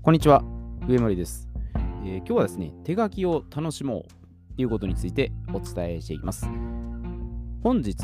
こんにちは、上森です。今日はですね、手書きを楽しもうということについてお伝えしていきます。本日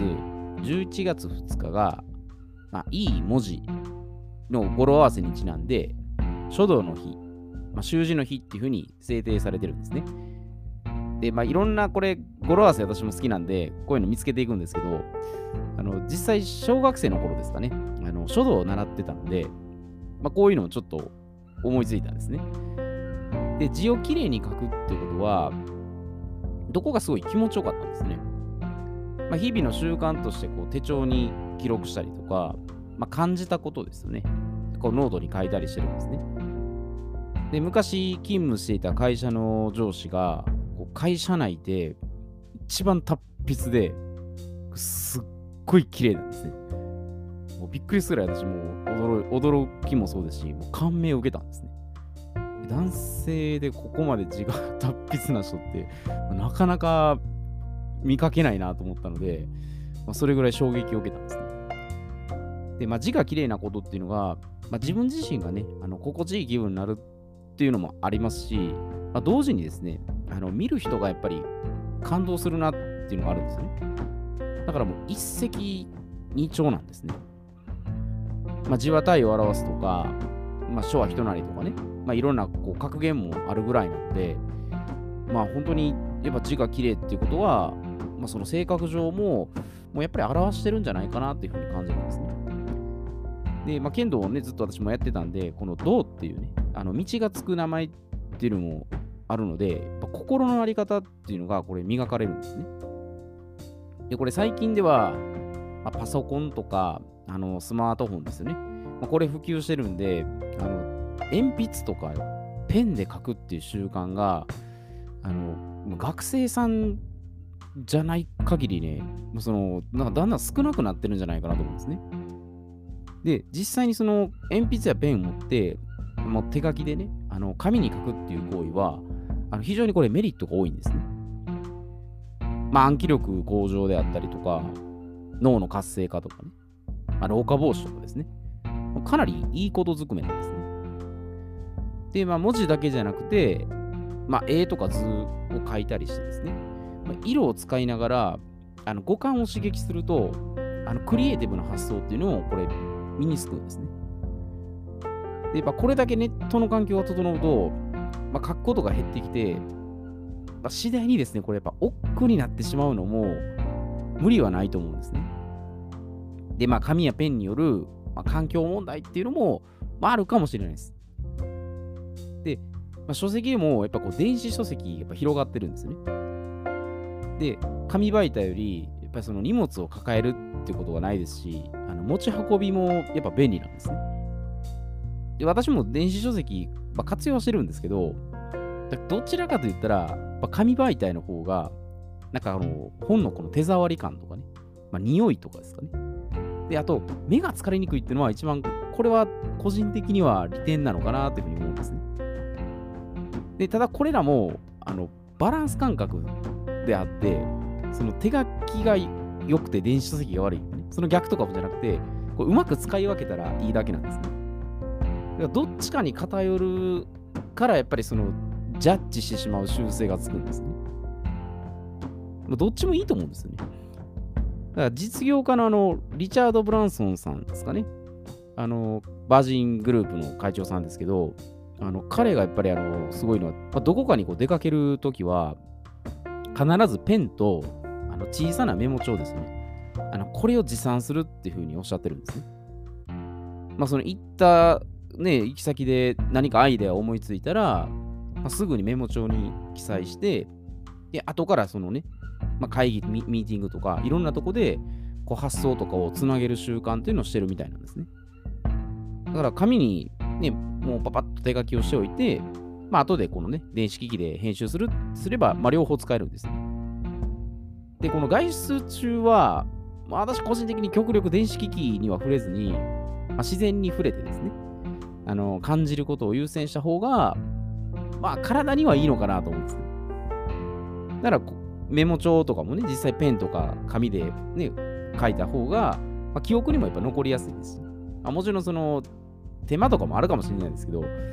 11月2日が、いい文字の語呂合わせにちなんで、書道の日、習字の日っていうふうに制定されてるんですね。で、いろんなこれ語呂合わせ私も好きなんで、こういうの見つけていくんですけど、実際小学生の頃ですかね、書道を習ってたので、こういうのをちょっと思いついたんですね。で、字をきれいに書くっていうことは、どこがすごい気持ちよかったんですね。日々の習慣としてこう手帳に記録したりとか、感じたことですよね。こうノートに書いたりしてるんですね。で、昔勤務していた会社の上司が、こう会社内で一番達筆ですっごい綺麗なんですね。もうびっくりするぐらい私も驚きもそうですし、もう感銘を受けたんですね。男性でここまで字が達筆な人って、なかなか見かけないなと思ったので、それぐらい衝撃を受けたんですね。で、字が綺麗なことっていうのが、自分自身がね、心地いい気分になるっていうのもありますし、同時にですね、見る人がやっぱり感動するなっていうのがあるんですよね。だからもう一石二鳥なんですね。字は体を表すとか、書は人なりとかね、いろんなこう格言もあるぐらいなので、本当にやっぱ字が綺麗っていうことは、その性格上もうやっぱり表してるんじゃないかなっていうふうに感じるんですね。で、剣道をね、ずっと私もやってたんで、この道っていうね、道がつく名前っていうのもあるので、やっぱ心の在り方っていうのがこれ磨かれるんですね。で、これ最近では、パソコンとか、スマートフォンですよね。これ普及してるんで、鉛筆とかペンで書くっていう習慣が、学生さんじゃない限りね、なんかだんだん少なくなってるんじゃないかなと思うんですね。で、実際にその鉛筆やペンを持って、もう手書きでね、紙に書くっていう行為は、非常にこれメリットが多いんですね。暗記力向上であったりとか、脳の活性化とかね、老化防止とかですね。かなりいいことずくめなんですね。で、文字だけじゃなくて、絵とか図を描いたりしてですね、色を使いながら、五感を刺激すると、クリエイティブな発想っていうのを、これ、身につくんですね。で、これだけネットの環境が整うと、書くことが減ってきて、次第にですね、これやっぱ億劫になってしまうのも、無理はないと思うんですね。で、紙やペンによる、環境問題っていうのも、あるかもしれないです。で、書籍でもやっぱこう電子書籍やっぱ広がってるんですよね。で、紙媒体よりやっぱりその荷物を抱えるってことがないですし、持ち運びもやっぱ便利なんですね。で、私も電子書籍、活用してるんですけど、どちらかと言ったら、紙媒体の方が、なんか本のこの手触り感とかね、匂いとかですかね。で、あと、目が疲れにくいっていうのは一番、これは個人的には利点なのかなというふうに思うんですね。で、ただこれらも、バランス感覚であって、その手書きが良くて電子書籍が悪い、ね、その逆とかもじゃなくて、こうまく使い分けたらいいだけなんですね。だからどっちかに偏るからやっぱりそのジャッジしてしまう習性がつくんですね。どっちもいいと思うんですよね。だから実業家のリチャード・ブランソンさんですかね。バージングループの会長さんですけど、彼がやっぱりすごいのは、どこかにこう出かけるときは、必ずペンと小さなメモ帳ですね。これを持参するっていうふうにおっしゃってるんですね。その行ったね、行き先で何かアイデアを思いついたら、すぐにメモ帳に記載して、で、後からそのね、会議、ミーティングとか、いろんなとこでこう発想とかをつなげる習慣っていうのをしてるみたいなんですね。だから紙にね、もうパパッと手書きをしておいて、後でこのね、電子機器で編集すれば、両方使えるんですね。で、この外出中は、私個人的に極力電子機器には触れずに、自然に触れてですね、感じることを優先した方が、体にはいいのかなと思うんですね。だからメモ帳とかもね、実際ペンとか紙でね、書いた方が、記憶にもやっぱ残りやすいですし、もちろんその手間とかもあるかもしれないんですけど、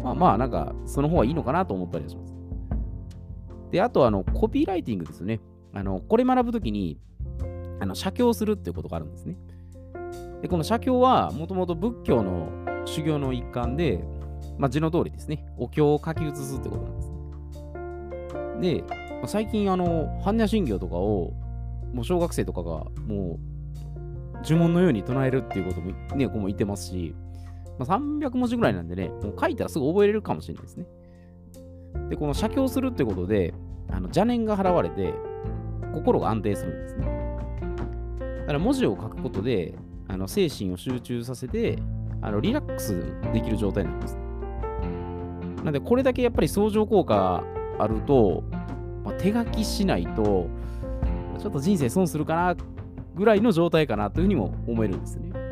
なんか、その方がいいのかなと思ったりします。で、あと、コピーライティングですよね。これ学ぶときに、写経するっていうことがあるんですね。で、この写経は、もともと仏教の修行の一環で、字の通りですね、お経を書き写すってことなんですね。で、最近、般若心経とかを、もう小学生とかが、もう、呪文のように唱えるっていうことも、ね、子もいてますし、300文字ぐらいなんでね、もう書いたらすぐ覚えれるかもしれないですね。で、この写経するってことで、邪念が払われて、心が安定するんですね。だから文字を書くことで、精神を集中させて、リラックスできる状態なんです。なので、これだけやっぱり相乗効果あると、手書きしないと、ちょっと人生損するかな、ぐらいの状態かなというふうにも思えるんですね。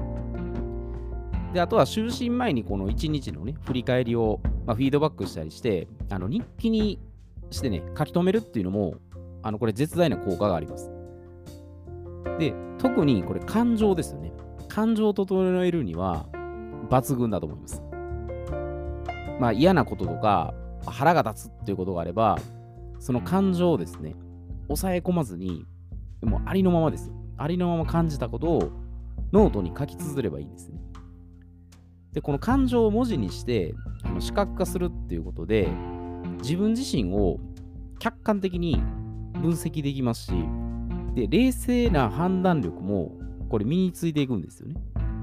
で、あとは就寝前にこの1日のね、振り返りを、フィードバックしたりして、日記にしてね、書き留めるっていうのも、これ絶大な効果があります。で、特にこれ感情ですよね。感情を整えるには抜群だと思います。嫌なこととか、腹が立つっていうことがあれば、その感情をですね、抑え込まずに、もうありのままですよ。ありのまま感じたことをノートに書き綴ればいいんですね。で、この感情を文字にして視覚化するっていうことで、自分自身を客観的に分析できますし、で、冷静な判断力もこれ身についていくんですよね。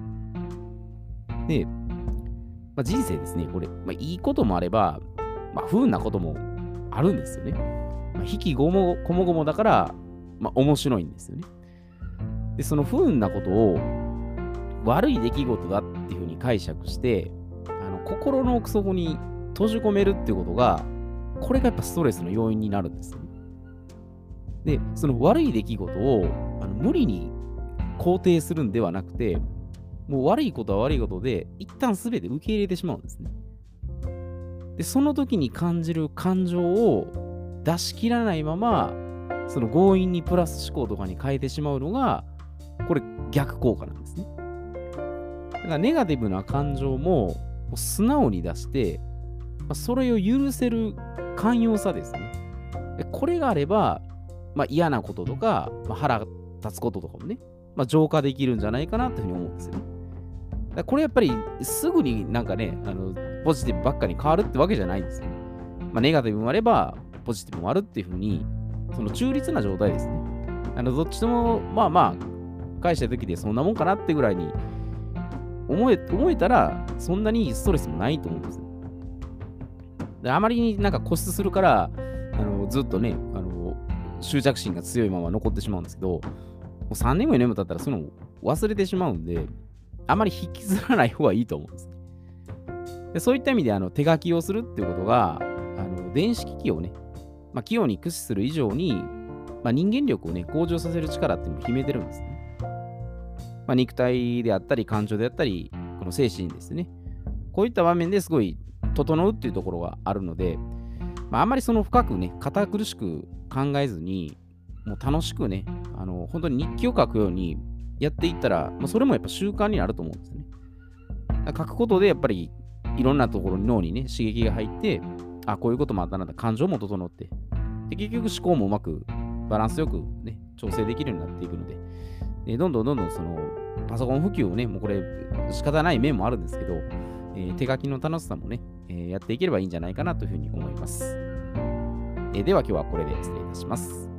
で、人生ですね、これ、いいこともあれば、不運なこともあるんですよね。引きごもごもだから、面白いんですよね。で、その不運なことを悪い出来事だっていうふうに解釈して、心の奥底に閉じ込めるっていうことが、これがやっぱストレスの要因になるんですよね。で、その悪い出来事を無理に肯定するんではなくて、もう悪いことは悪いことで、一旦すべて受け入れてしまうんですね。で、その時に感じる感情を出し切らないまま、その強引にプラス思考とかに変えてしまうのが、これ逆効果なんですね。だからネガティブな感情も素直に出して、それを許せる寛容さですね。これがあれば、嫌なこととか、腹が立つこととかもね、浄化できるんじゃないかなというふうに思うんですよね。だからこれやっぱりすぐになんかね、ポジティブばっかり変わるってわけじゃないんですよ。ネガティブもあれば、ポジティブもあるっていうふうに、その中立な状態ですね。どっちとも、返した時でそんなもんかなってぐらいに思えたら、そんなにストレスもないと思うんですよ。で、あまりになんか固執するから、ずっとね、執着心が強いまま残ってしまうんですけど、もう3年ぐらい眠ったったら、そういうのを忘れてしまうんで、あまり引きずらない方がいいと思うんです。で、そういった意味で、手書きをするっていうことが、電子機器をね、器用に駆使する以上に、人間力をね、向上させる力っていうのを秘めてるんですね。肉体であったり、感情であったり、この精神ですね。こういった場面ですごい整うっていうところがあるので、あんまりその深くね、堅苦しく考えずに、もう楽しくね、本当に日記を書くようにやっていったら、それもやっぱ習慣になると思うんですね。書くことでやっぱりいろんなところに脳にね、刺激が入って、こういうこともあったなって感情も整って、で、結局思考もうまくバランスよくね、調整できるようになっていくので、どんどんそのパソコン普及をね、もうこれ仕方ない面もあるんですけど、手書きの楽しさもね、やっていければいいんじゃないかなというふうに思います。では今日はこれで失礼いたします。